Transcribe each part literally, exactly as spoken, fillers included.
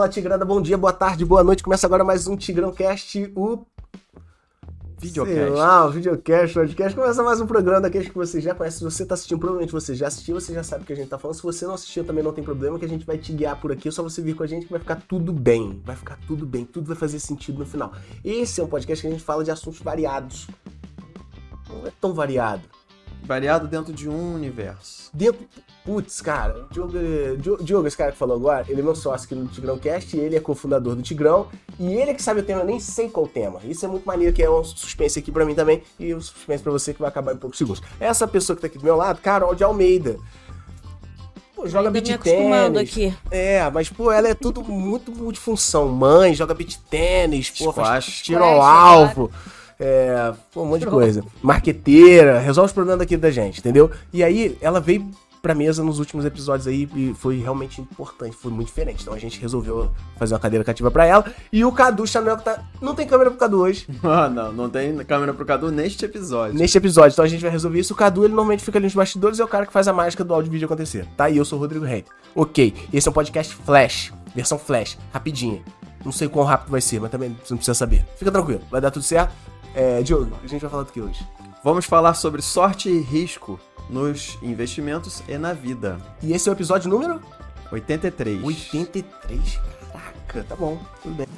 Fala, Tigrada, bom dia, boa tarde, boa noite. Começa agora mais um Tigrão Cast, o... Videocast. Ah, o Videocast, o podcast. Começa mais um programa daqueles que você já conhece. Se você tá assistindo, provavelmente você já assistiu, você já sabe o que a gente tá falando. Se você não assistiu, também não tem problema, que a gente vai te guiar por aqui. É só você vir com a gente que vai ficar tudo bem. Vai ficar tudo bem, tudo vai fazer sentido no final. Esse é um podcast que a gente fala de assuntos variados. Não é tão variado. Variado dentro de um universo. Dentro... Putz, cara, o Diogo, Diogo, Diogo, esse cara que falou agora, ele é meu sócio aqui no Tigrão Cast, ele é cofundador do Tigrão, e ele é que sabe o tema, eu nem sei qual o tema. Isso é muito maneiro, que é um suspense aqui pra mim também, e um suspense pra você que vai acabar em poucos segundos. Essa pessoa que tá aqui do meu lado, Carol de Almeida. Pô, joga beat tênis. Aqui. É, mas, pô, ela é tudo muito multifunção. Mãe, joga beat tênis, pô, faz Squash. tiro ao alvo. É, pô, um monte de coisa. Marqueteira, resolve os problemas daqui da gente, entendeu? E aí, ela veio pra mesa nos últimos episódios aí e foi realmente importante, foi muito diferente. Então a gente resolveu fazer uma cadeira cativa pra ela. E o Cadu Chanel que tá... Não tem câmera pro Cadu hoje. Ah, não, não tem câmera pro Cadu neste episódio. Neste episódio, então a gente vai resolver isso. O Cadu, ele normalmente fica ali nos bastidores e é o cara que faz a mágica do áudio e vídeo acontecer, tá? E eu sou o Rodrigo Rei. Ok, esse é um podcast Flash, versão Flash, rapidinha. Não sei quão rápido vai ser, mas também você não precisa saber. Fica tranquilo, vai dar tudo certo. É, Diogo, a gente vai falar do que hoje? Vamos falar sobre sorte e risco nos investimentos e na vida. E esse é o episódio número? oitenta e três. oitenta e três, caraca, tá bom, tudo bem.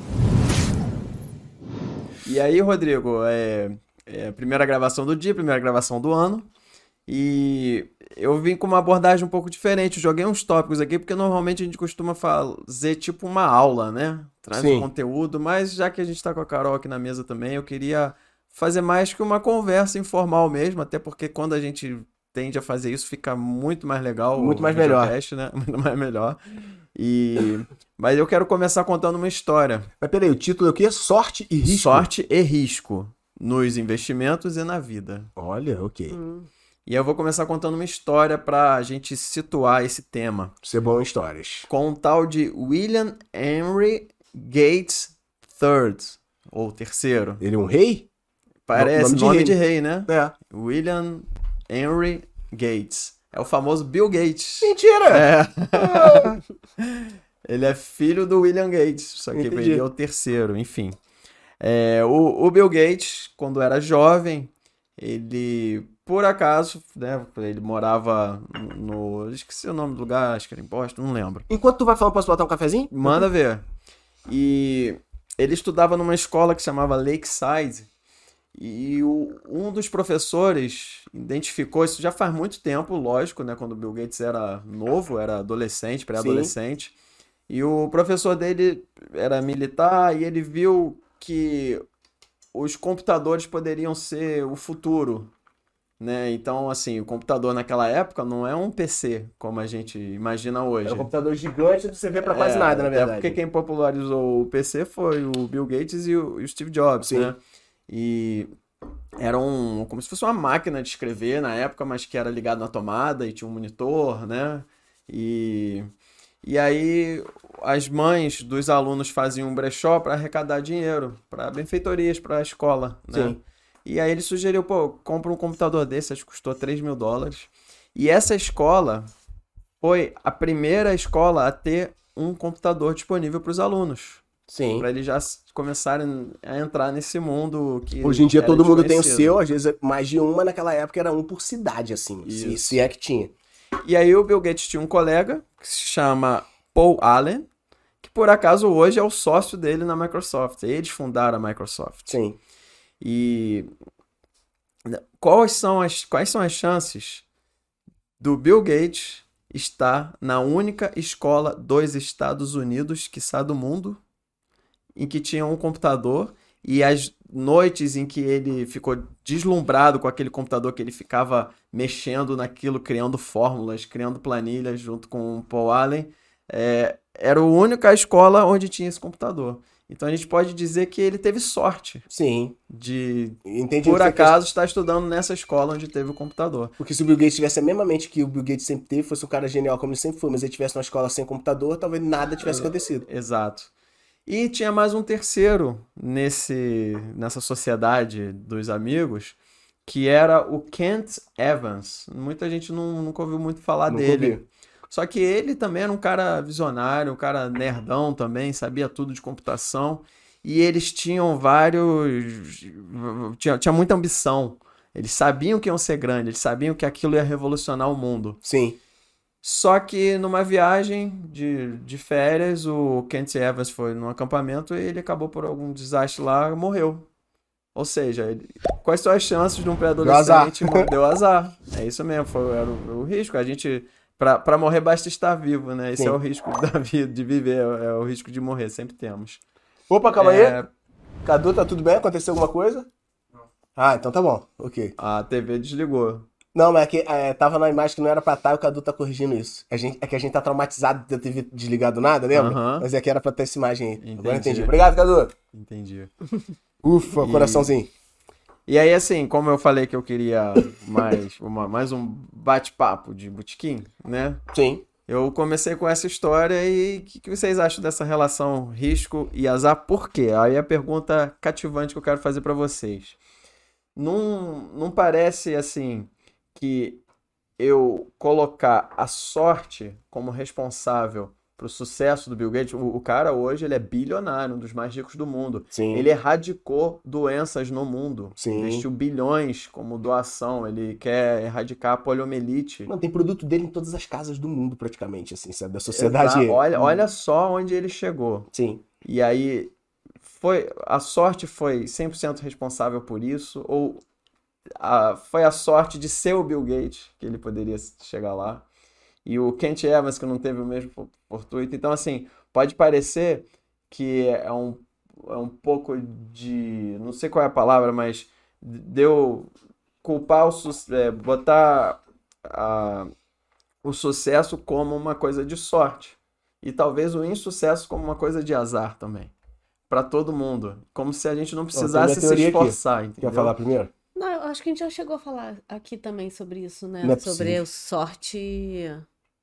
E aí, Rodrigo, é, é a primeira gravação do dia, primeira gravação do ano. E eu vim com uma abordagem um pouco diferente. Eu joguei uns tópicos aqui, porque normalmente a gente costuma fazer tipo uma aula, né? Traz Sim. um conteúdo, mas já que a gente tá com a Carol aqui na mesa também, eu queria fazer mais que uma conversa informal mesmo, até porque quando a gente tende a fazer isso, fica muito mais legal. Muito o mais melhor. videocast, né? Muito mais melhor. E... Mas eu quero começar contando uma história. Mas peraí, o título é o quê? Sorte e risco? Sorte e risco nos investimentos e na vida. Olha, ok. Hum. E eu vou começar contando uma história pra gente situar esse tema. Isso é bom em histórias. Com um tal de William Henry Gates terceiro, ou terceiro. Ele é um rei? Parece Nome nome, de de, rei. rei, né? É. William Henry Gates. É o famoso Bill Gates. Mentira! É. Ah. Ele é filho do William Gates, só que Entendi. ele é o terceiro, enfim. É, o, o Bill Gates, quando era jovem, ele, por acaso, né, ele morava no... Esqueci o nome do lugar, acho que era em Boston, não lembro. Enquanto tu vai falando, posso botar um cafezinho? Manda ver. E ele estudava numa escola que se chamava Lakeside. E o, um dos professores identificou, isso já faz muito tempo, lógico, né? Quando o Bill Gates era novo, era adolescente, pré-adolescente. E o professor dele era militar e ele viu que os computadores poderiam ser o futuro, né? Então, assim, o computador naquela época não é um P C, como a gente imagina hoje. É um computador gigante que você vê pra quase nada, na É, verdade. porque quem popularizou o P C foi o Bill Gates e o, e o Steve Jobs, Sim. né? E era um, como se fosse uma máquina de escrever na época, mas que era ligado na tomada e tinha um monitor, né? E, e aí as mães dos alunos faziam um brechó para arrecadar dinheiro, para benfeitorias, para a escola, né? Sim. E aí ele sugeriu, pô, compra um computador desse, acho que custou três mil dólares. E essa escola foi a primeira escola a ter um computador disponível para os alunos. Sim. Para eles já começarem a entrar nesse mundo que Hoje em dia era todo mundo tem o desconhecido. seu, às vezes é mais de um, mas naquela época era um por cidade, assim. Se, Isso. se é que tinha. E aí o Bill Gates tinha um colega que se chama Paul Allen, que por acaso hoje é o sócio dele na Microsoft. Eles fundaram a Microsoft. Sim. E quais são as, quais são as chances do Bill Gates estar na única escola dos Estados Unidos, quiçá do mundo, em que tinha um computador, e as noites em que ele ficou deslumbrado com aquele computador, que ele ficava mexendo naquilo, criando fórmulas, criando planilhas junto com o Paul Allen, é, era a única escola onde tinha esse computador. Então a gente pode dizer que ele teve sorte Sim. de, Entendi. por o que você acaso, estar estudando nessa escola onde teve o computador. quer- Porque se o Bill Gates tivesse a mesma mente que o Bill Gates sempre teve, fosse um cara genial como ele sempre foi, mas ele tivesse uma escola sem computador, talvez nada tivesse acontecido. Exato. E tinha mais um terceiro nesse, nessa sociedade dos amigos, que era o Kent Evans. Muita gente não, nunca ouviu muito falar Nunca dele. ouvi. Só que ele também era um cara visionário, um cara nerdão também, sabia tudo de computação. E eles tinham vários... Tinha, tinha muita ambição. Eles sabiam que iam ser grandes, eles sabiam que aquilo ia revolucionar o mundo. Sim. Só que numa viagem de, de férias, o Kent Evans foi num acampamento e ele acabou por algum desastre lá e morreu. Ou seja, ele... quais são as chances de um pré-adolescente? Deu azar. Deu azar. É isso mesmo, foi, era o, o risco. A gente... Pra, pra morrer basta estar vivo, né? Esse Sim. é o risco da vida, de viver, é, é o risco de morrer, sempre temos. Opa, calma é... aí. Cadu, tá tudo bem? Aconteceu alguma coisa? Não. Ah, então tá bom. Ok. A T V desligou. Não, mas é que é, tava na imagem que não era pra estar e o Cadu tá corrigindo isso. A gente, é que a gente tá traumatizado de ter T V desligado nada, lembra? Uh-huh. Mas é que era pra ter essa imagem aí. Entendi. Agora entendi. Obrigado, Cadu. Entendi. Ufa, e... coraçãozinho. E aí, assim, como eu falei que eu queria mais, uma, mais um bate-papo de botequim, né? Sim. Eu comecei com essa história e o que, que vocês acham dessa relação risco e azar? Por quê? Aí a pergunta cativante que eu quero fazer pra vocês. Não, não parece, assim, que eu colocar a sorte como responsável pro sucesso do Bill Gates? O, o cara hoje, ele é bilionário, um dos mais ricos do mundo. Sim. Ele erradicou doenças no mundo. Sim. Investiu bilhões como doação. Ele quer erradicar a poliomielite. Mano, tem produto dele em todas as casas do mundo, praticamente, assim, sabe? Da sociedade. Exato. Olha, olha só onde ele chegou. Sim. E aí, foi, a sorte foi cem por cento responsável por isso? Ou a, foi a sorte de ser o Bill Gates que ele poderia chegar lá? E o Kent Evans, que não teve o mesmo fortuito. Então, assim, pode parecer que é um, é um pouco de... Não sei qual é a palavra, mas deu culpar o... É, botar a, o sucesso como uma coisa de sorte. E talvez o insucesso como uma coisa de azar também. Para todo mundo. Como se a gente não precisasse se esforçar, aqui. Quer falar primeiro? Não, eu acho que a gente já chegou a falar aqui também sobre isso, né? Não é sobre possível. sorte...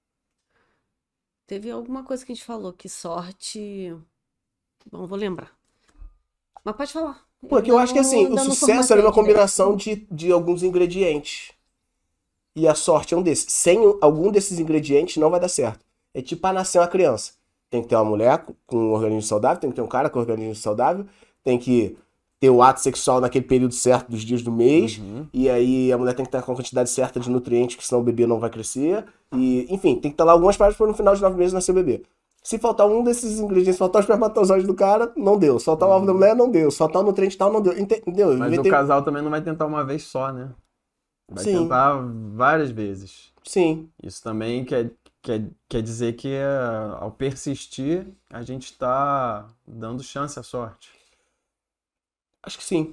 Teve alguma coisa que a gente falou, que sorte... Bom, vou lembrar. Mas pode falar. Porque eu, eu acho que assim, o sucesso é uma combinação de, de alguns ingredientes. E a sorte é um desses. Sem algum desses ingredientes não vai dar certo. É tipo a nascer uma criança. Tem que ter uma mulher com um organismo saudável, tem que ter um cara com um organismo saudável, tem que ter o ato sexual naquele período certo dos dias do mês, Uhum. e aí a mulher tem que estar com a quantidade certa de nutrientes, que senão o bebê não vai crescer. E, enfim, tem que estar lá algumas paradas para no final de nove meses nascer o bebê. Se faltar um desses ingredientes, se faltar os espermatozoides do cara, não deu. Se faltar o ovo da mulher, não deu. Se faltar o nutriente tal, não deu. Entendeu? Mas Inventei... o casal também não vai tentar uma vez só, né? Vai Sim. tentar várias vezes. Sim. Isso também quer, quer, quer dizer que uh, ao persistir, a gente está dando chance à sorte. Acho que sim.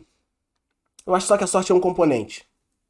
Eu acho só que a sorte é um componente.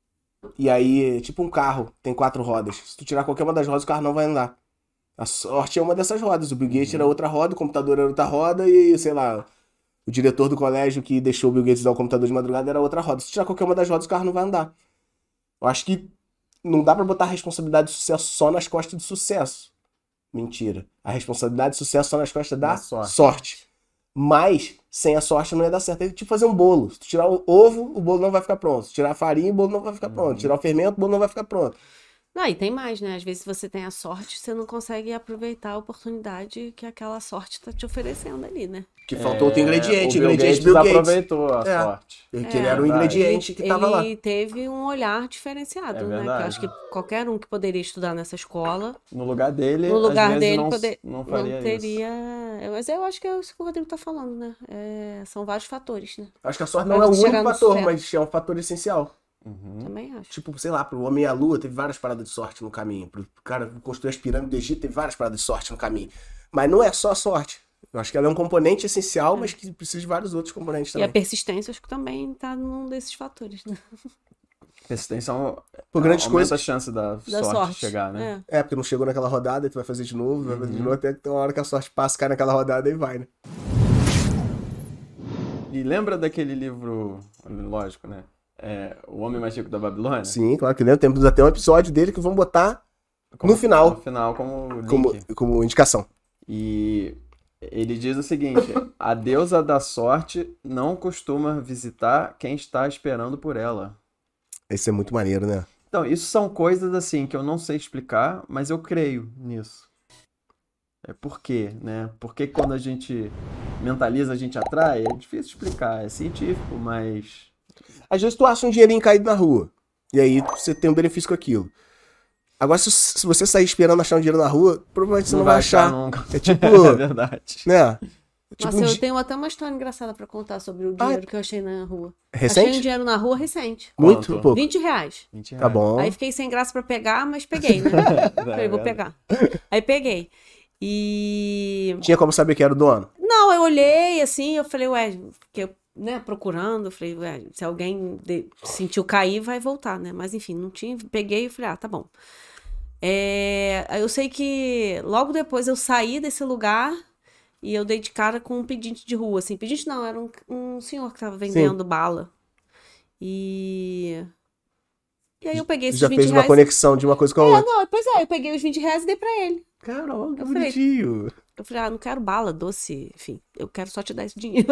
E aí, tipo um carro, tem quatro rodas. Se tu tirar qualquer uma das rodas, o carro não vai andar. A sorte é uma dessas rodas. O Bill Gates Uhum. era outra roda, o computador era outra roda e, sei lá, o diretor do colégio que deixou o Bill Gates usar o computador de madrugada era outra roda. Se tu tirar qualquer uma das rodas, o carro não vai andar. Eu acho que não dá pra botar a responsabilidade de sucesso só nas costas do sucesso. Mentira. A responsabilidade de sucesso só nas costas da, Da sorte. sorte. Mas, sem a sorte não ia dar certo. É tipo fazer um bolo. Se tu tirar o ovo, o bolo não vai ficar pronto. Se tirar a farinha, o bolo não vai ficar pronto. Uhum. Tirar o fermento, o bolo não vai ficar pronto. Não, e tem mais, né? Às vezes você tem a sorte, você não consegue aproveitar a oportunidade que aquela sorte tá te oferecendo ali, né? Que faltou outro ingrediente. O Bill ingrediente Gates Bill Gates. aproveitou a É. sorte. Que É, ele era o verdade. ingrediente ele, que tava lá. Ele teve um olhar diferenciado, É né? Que eu verdade. acho que qualquer um que poderia estudar nessa escola, No lugar dele, no lugar às vezes dele, não, poder, não não faria teria... Mas eu acho que é isso que o Rodrigo tá falando, né? É, são vários fatores, né? Acho que a sorte Pra não é o chegar único no fator, sucesso. mas é um fator essencial. isso. Uhum. Também acho. Tipo, sei lá, pro Homem à Lua teve várias paradas de sorte no caminho. Pro cara construir as pirâmides do Egito teve várias paradas de sorte no caminho. Mas não é só a sorte. Eu acho que ela é um componente essencial, mas que precisa de vários outros componentes E a também. persistência acho que também tá num desses fatores, né? Persistência é um- Por grandes aumenta coisas. a chance da, Da sorte, sorte. chegar, né? É. É, porque não chegou naquela rodada, tu vai fazer de novo, vai fazer de Uhum. novo, até que tem uma hora que a sorte passa, cai naquela rodada e vai, né? E lembra daquele livro, lógico, né? É, O Homem Mais Rico da Babilônia? Sim, claro que lembro. Temos até um episódio dele que vamos botar Como- no final. No final, como link. como, como indicação. E ele diz o seguinte: a deusa da sorte não costuma visitar quem está esperando por ela. Esse é muito maneiro, né? Então, isso são coisas assim que eu não sei explicar, mas eu creio nisso. É por quê, né? Porque quando a gente mentaliza, a gente atrai, é difícil explicar, é científico, mas... Às vezes tu acha um dinheirinho caído na rua, e aí você tem um benefício com aquilo. Agora, se, se você sair esperando achar um dinheiro na rua, provavelmente você não, não vai achar. Nunca. É tipo... É verdade. Né? Tipo Nossa, um eu di... tenho até uma história engraçada pra contar sobre o dinheiro ah, que eu achei na rua. Recente? Achei um dinheiro na rua recente. Muito? Quanto? Pouco. vinte reais. vinte reais. Tá bom. Aí fiquei sem graça pra pegar, mas peguei, né? Falei, vou pegar. Aí peguei. E... Tinha como saber que era o dono? Não, eu olhei assim, eu falei, ué, porque eu, né, procurando, eu falei, ué, se alguém de... sentiu cair, vai voltar, né? Mas enfim, não tinha, peguei e falei, ah, tá bom. É... Eu sei que logo depois eu saí desse lugar e eu dei de cara com um pedinte de rua, assim. Pedinte não, era um, um senhor que tava vendendo Sim. bala. E... E aí eu peguei esses já vinte fez reais. uma conexão de uma coisa com a é, outra. Não, pois é, eu peguei os vinte reais e dei pra ele. Caramba, que eu bonitinho. Falei, eu falei, ah, não quero bala, doce, enfim, eu quero só te dar esse dinheiro.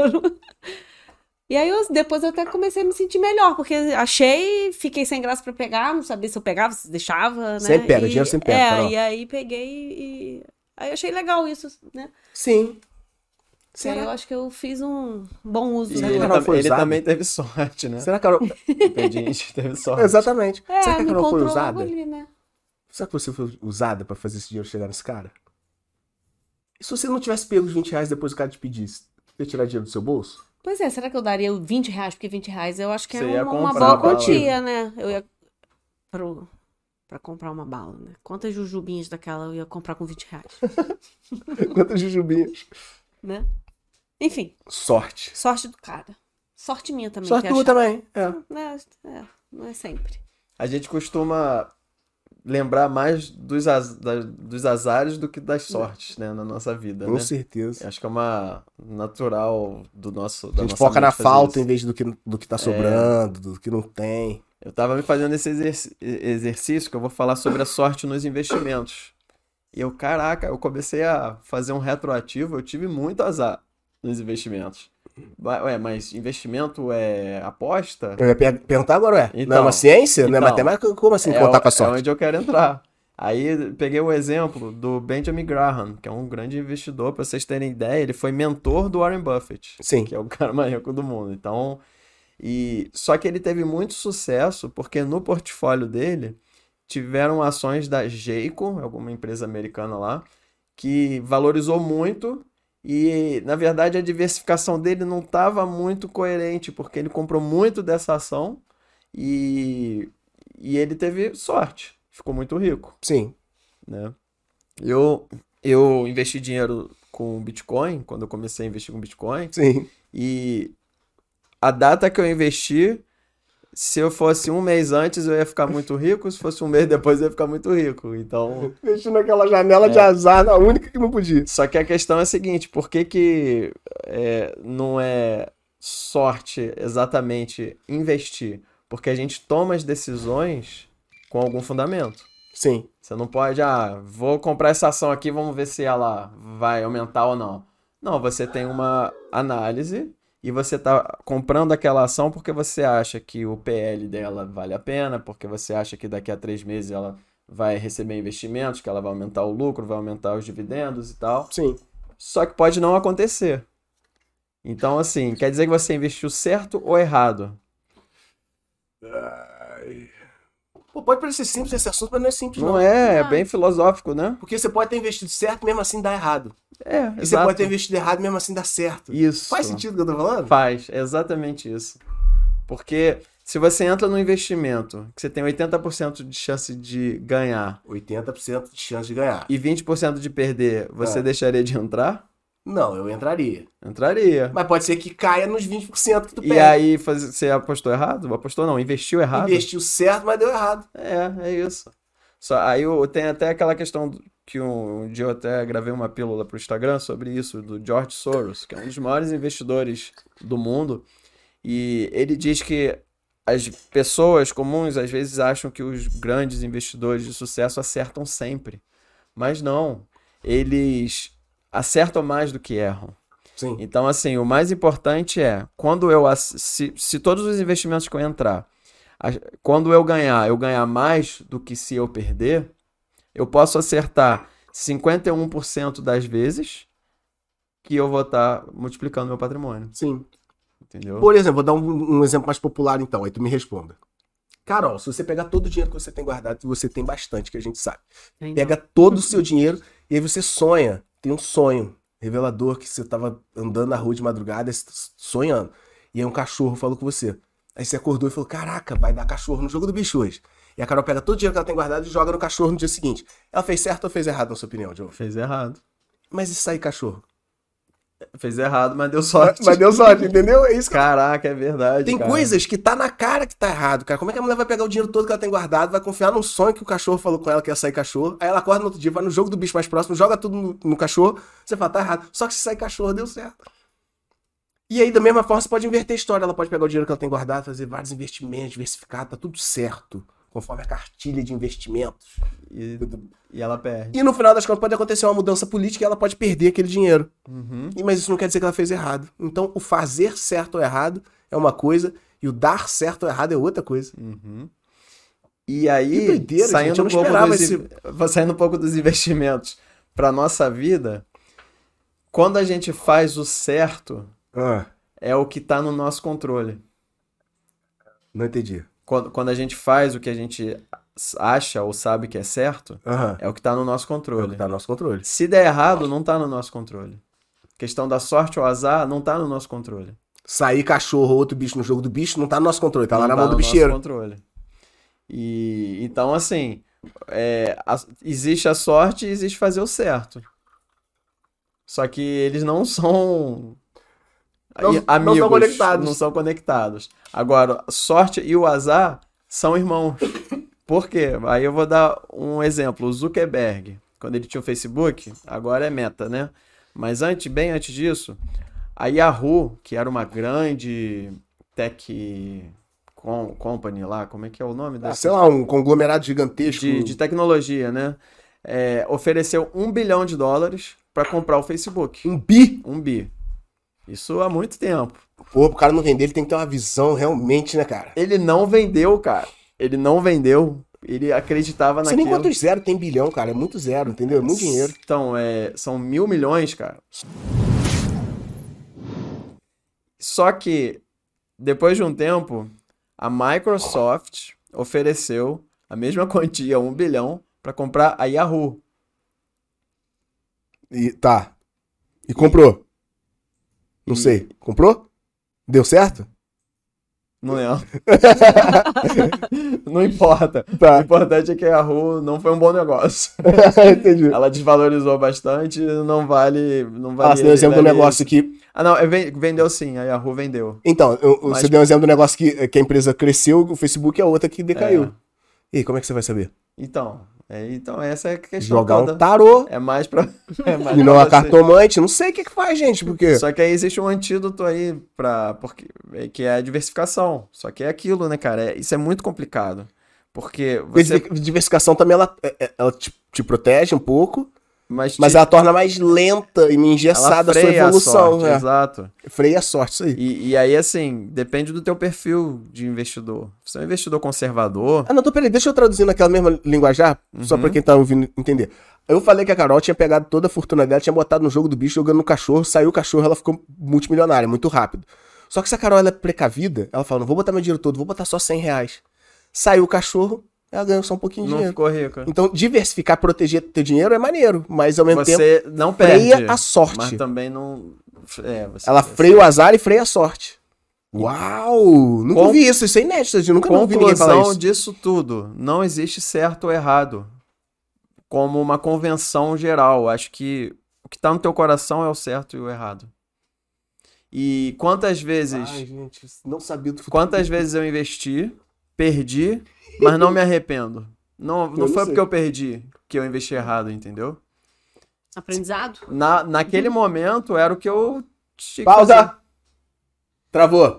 E aí eu, depois eu até comecei a me sentir melhor, porque achei, fiquei sem graça pra pegar, não sabia se eu pegava, se deixava, né? Sempre pega, e, dinheiro sempre pega. É, Carol. e aí peguei e... Aí eu achei legal isso, né? Sim. E aí eu acho que eu fiz um bom uso. E Será ele, que a Carol foi ele usada? também teve sorte, né? Será que a Carol... A gente teve sorte. Exatamente. É, Será que a me Carol foi encontrou usada? logo ali, né? Será que você foi usada pra fazer esse dinheiro chegar nesse cara? E se você não tivesse pego os vinte reais depois que o cara te pedisse? Você ia tirar dinheiro do seu bolso? Pois é, será que eu daria vinte reais? Porque vinte reais eu acho que Você é ia uma, uma comprar boa bala. quantia, né? Eu ia pro, pra comprar uma bala, né? Quantas jujubinhas daquela eu ia comprar com vinte reais? Quantas jujubinhas? Né? Enfim. Sorte. Sorte do cara. Sorte minha também. Sorte tua também. É. É, é, não é sempre. A gente costuma lembrar mais dos, az, da, dos azares do que das sortes, né, na nossa vida, Com né? certeza. Acho que é uma natural do nosso da A gente nossa foca na mente fazer falta isso. em vez do que, do que tá sobrando, do que não tem. Eu tava me fazendo esse exerc- exercício que eu vou falar sobre a sorte nos investimentos. E eu, caraca, eu comecei a fazer um retroativo, eu tive muito azar nos investimentos. Ué, mas investimento é aposta? Eu ia per- perguntar agora, ué. Então, não é uma ciência? não é então, matemática? Como assim é, contar o- com a sorte? É onde eu quero entrar. Aí peguei o exemplo do Benjamin Graham, que é um grande investidor, para vocês terem ideia, ele foi mentor do Warren Buffett, Sim. que é o cara mais rico do mundo. Então, e só que ele teve muito sucesso porque no portfólio dele tiveram ações da Geico, alguma empresa americana lá, que valorizou muito. E, na verdade, a diversificação dele não estava muito coerente, porque ele comprou muito dessa ação e, e ele teve sorte, ficou muito rico, Sim. né? Eu, eu investi dinheiro com Bitcoin, quando eu comecei a investir com Bitcoin, Sim. e a data que eu investi, se eu fosse um mês antes, eu ia ficar muito rico, se fosse um mês depois, eu ia ficar muito rico. Então, Investi naquela janela de azar, a única que não podia. só que a questão é a seguinte, por que que é, não é sorte exatamente investir? Porque a gente toma as decisões com algum fundamento. Sim. Você não pode, ah, vou comprar essa ação aqui, vamos ver se ela vai aumentar ou não. Não, você tem uma análise e você está comprando aquela ação porque você acha que o P L dela vale a pena, porque você acha que daqui a três meses ela vai receber investimentos, que ela vai aumentar o lucro, vai aumentar os dividendos e tal. Sim. Só que pode não acontecer. Então, assim, quer dizer que você investiu certo ou errado? Pô, pode parecer simples esse assunto, mas não é simples, não. Não é, é Ah. bem filosófico, né? Porque você pode ter investido certo, mesmo assim dá errado. É, E você exato. pode ter investido errado, mesmo assim dá certo. Isso. Faz sentido o que eu tô falando? Faz, é exatamente isso. Porque se você entra no investimento, que você tem oitenta por cento de chance de ganhar oitenta por cento de chance de ganhar. e vinte por cento de perder, você É. deixaria de entrar? Não, eu entraria. Entraria. Mas pode ser que caia nos vinte por cento que tu E perde. aí faz- você apostou errado? Apostou não, investiu errado? Investiu certo, mas deu errado. É, é isso. Só, aí eu, tem até aquela questão do- que um, um dia eu até gravei uma pílula pro Instagram sobre isso, do George Soros, que é um dos maiores investidores do mundo. E ele diz que as pessoas comuns às vezes acham que os grandes investidores de sucesso acertam sempre. Mas não. Eles acertam mais do que erram. Sim. Então, assim, o mais importante é, quando eu ass- se, se todos os investimentos que eu entrar, a- quando eu ganhar, eu ganhar mais do que se eu perder, eu posso acertar cinquenta e um por cento das vezes que eu vou estar multiplicando meu patrimônio. Sim. Entendeu? Por exemplo, vou dar um, um exemplo mais popular então, aí tu me responda. Carol, se você pegar todo o dinheiro que você tem guardado, e você tem bastante, que a gente sabe, Então, pega todo o seu dinheiro e aí você sonha, tem um sonho revelador que você tava andando na rua de madrugada sonhando, e aí um cachorro falou com você. Aí você acordou e falou, caraca, vai dar cachorro no jogo do bicho hoje. E a Carol pega todo o dinheiro que ela tem guardado e joga no cachorro no dia seguinte. Ela fez certo ou fez errado, na sua opinião, Diogo? Fez errado. Mas e sair cachorro? Fez errado, mas deu sorte. Mas deu sorte, entendeu? É isso que Caraca, é verdade. Tem cara. coisas que tá na cara que tá errado, cara. Como é que a mulher vai pegar o dinheiro todo que ela tem guardado, vai confiar num sonho que o cachorro falou com ela que ia sair cachorro, aí ela acorda no outro dia, vai no jogo do bicho mais próximo, joga tudo no, no cachorro, você fala, tá errado. Só que se sair cachorro, deu certo. E aí, da mesma forma, você pode inverter a história. Ela pode pegar o dinheiro que ela tem guardado, fazer vários investimentos, diversificar, tá tudo certo. Conforme a cartilha de investimentos. E, e ela perde. E no final das contas pode acontecer uma mudança política e ela pode perder aquele dinheiro. Uhum. E, mas isso não quer dizer que ela fez errado. Então, o fazer certo ou errado é uma coisa e o dar certo ou errado é outra coisa. Uhum. E aí, Que doideira, saindo, gente, eu um não pouco esperava dos, esse- saindo um pouco dos investimentos para nossa vida, quando a gente faz o certo, Ah, é o que está no nosso controle. não entendi. Quando, quando a gente faz o que a gente acha ou sabe que é certo, Aham. é o que está no nosso controle. Tá no nosso controle. Se der errado, não está no nosso controle. Questão da sorte ou azar não está no nosso controle. Sair cachorro ou outro bicho no jogo do bicho não tá no nosso controle, tá lá Não na mão do no bicheiro. nosso controle. E então, assim, é, a- existe a sorte e existe fazer o certo. Só que eles não são Não- i- não amigos, são conectados. não são conectados. Agora, a sorte e o azar são irmãos. Por quê? Aí eu vou dar um exemplo. O Zuckerberg, quando ele tinha o Facebook, agora é Meta, né? Mas antes, bem antes disso, a Yahoo, que era uma grande tech com- company lá, como é que é o nome Ah, dessa? sei lá, um conglomerado gigantesco. de, de tecnologia, né? É, ofereceu um bilhão de dólares para comprar o Facebook. Um bi. Um bi. Isso há muito tempo. Pô, pro cara não vender, ele tem que ter uma visão realmente, né, cara? Ele não vendeu, cara. Ele não vendeu. Ele acreditava Não sei nem naquilo. quantos zero tem bilhão, cara. É muito zero, entendeu? É muito dinheiro. Então, é, são mil milhões, cara. Só que, depois de um tempo, a Microsoft ofereceu a mesma quantia, um bilhão, para comprar a Yahoo. E tá. E comprou? Não E- sei. Comprou? Deu certo? Não é? Não importa. O Tá. importante é que a Yahoo não foi um bom negócio. Entendi. Ela desvalorizou bastante, não vale. Não vale Ah, você deu um exemplo do negócio que. Ah, não, é, ven- vendeu sim, a Yahoo vendeu. Então, eu- eu- Mas- você deu um exemplo do negócio que, que a empresa cresceu, o Facebook é outra que decaiu. É. E aí, como é que você vai saber? Então, é, então essa é a questão Jogar toda. um tarô. É mais pra. É mais E não pra a você. cartomante. Não sei o que que faz, gente, porque. Só que aí existe um antídoto aí pra. Porque, é, que é a diversificação. Só que é aquilo, né, cara? É- isso é muito complicado. Porque você. Diver- Diversificação também, ela, é- é- ela te, te protege um pouco, Mas, mas te- ela torna mais lenta e engessada a sua freia evolução. sorte, né? Exato. Freia a sorte, isso aí. E, e aí, assim, depende do teu perfil de investidor. Você é um investidor conservador. Ah, não, tô, peraí, deixa eu traduzir naquela mesma linguajar, só pra quem tá ouvindo entender. Eu falei que a Carol tinha pegado toda a fortuna dela, tinha botado no jogo do bicho, jogando no cachorro, saiu o cachorro, ela ficou multimilionária, muito rápido. Só que se a Carol ela é precavida, ela fala, não vou botar meu dinheiro todo, vou botar só cem reais. Saiu o cachorro, ela ganhou só um pouquinho de Não dinheiro. ficou rica. Então, diversificar, proteger teu dinheiro é maneiro, mas ao mesmo tempo, Você não perde. freia a sorte. Mas também não. É, você, ela você- freia o azar e freia a sorte. Uau! Nunca Com- vi isso, isso é inédito, eu nunca ouvi ninguém falar Conclusão isso. disso tudo, não existe certo ou errado. Como uma convenção geral. Acho que o que tá no teu coração é o certo e o errado. E quantas vezes. Ai, gente, não sabia do futuro. Quantas vezes eu investi, perdi, mas não me arrependo. Não, não não foi sei. porque eu perdi que eu investi errado, entendeu? Aprendizado? Na, naquele momento era o que eu tinha que fazer. Pausa! Travou.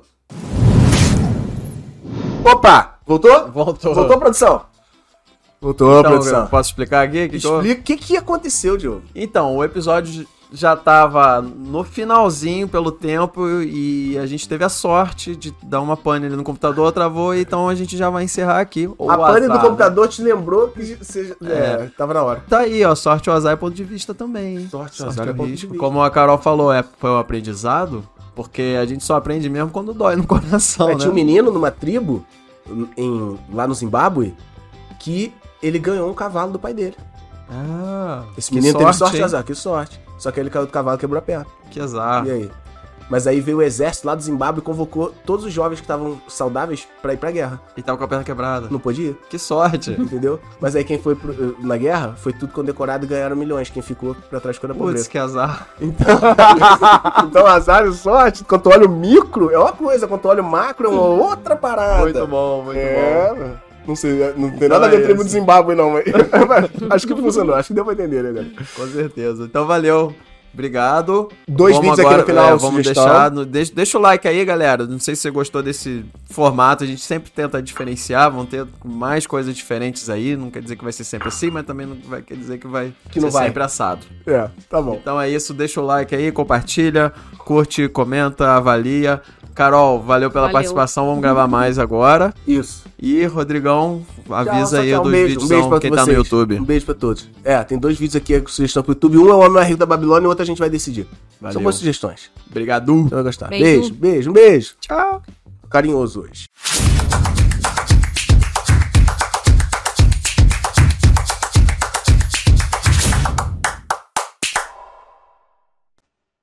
Opa! Voltou? Voltou. Voltou, produção? Voltou, Então, produção. eu posso explicar aqui? Que que eu- Explica o que, que aconteceu, Diogo. Então, o episódio já tava no finalzinho pelo tempo e a gente teve a sorte de dar uma pane ali no computador, travou, então a gente já vai encerrar aqui. Ou a pane azar, do computador te lembrou que você, é, É. tava na hora. Tá aí, ó, sorte ou azar é ponto de vista também, hein? Sorte, Sorte azar ou é ponto de risco. vista. Como a Carol falou, é, foi um aprendizado, porque a gente só aprende mesmo quando dói no coração, É, né? tinha um menino numa tribo, em, lá no Zimbábue, que ele ganhou um cavalo do pai dele. Ah, Esse que menino teve sorte e hein? azar, que sorte. Só que ele caiu do cavalo e quebrou a perna. Que azar. E aí? Mas aí veio o exército lá do Zimbábue e convocou todos os jovens que estavam saudáveis pra ir pra guerra. E tava com a perna quebrada. Não podia ir, Que sorte. entendeu? Mas aí quem foi pro- na guerra foi tudo condecorado e ganharam milhões. Quem ficou pra trás ficou na Putz, pobreza. que azar. Então, então azar e sorte, quando tu olha o micro é uma coisa, quando tu olha o macro é uma outra parada. Muito bom, muito bom. É, mano. Não sei, não tem Então nada a ver é com a tribo do isso. Zimbábue, não, mas acho que funcionou, acho que deu pra entender, né, galera? Com certeza. Então valeu. Obrigado. Dois Vamos vídeos aqui agora- no final, é, vamos sugestão. deixar. No, deixa, deixa o like aí, galera. Não sei se você gostou desse formato. A gente sempre tenta diferenciar. Vão ter mais coisas diferentes aí. Não quer dizer que vai ser sempre assim, mas também não vai, quer dizer que vai Que ser não vai. sempre assado. É, tá bom. Então é isso. Deixa o like aí, compartilha, curte, comenta, avalia. Carol, valeu pela Valeu. participação. Vamos gravar mais agora. Isso. E, Rodrigão, avisa Tchau, aí tchau, dos um beijo, vídeos um beijo pra quem vocês. tá no YouTube. Um beijo pra todos. É, tem dois vídeos aqui com sugestão pro YouTube. Um é o Homem Rio da Babilônia e o outro a gente vai decidir. Valeu. São boas sugestões. Obrigado. Você vai gostar. Beijo. Beijo, beijo, um beijo. Tchau. Carinhoso hoje.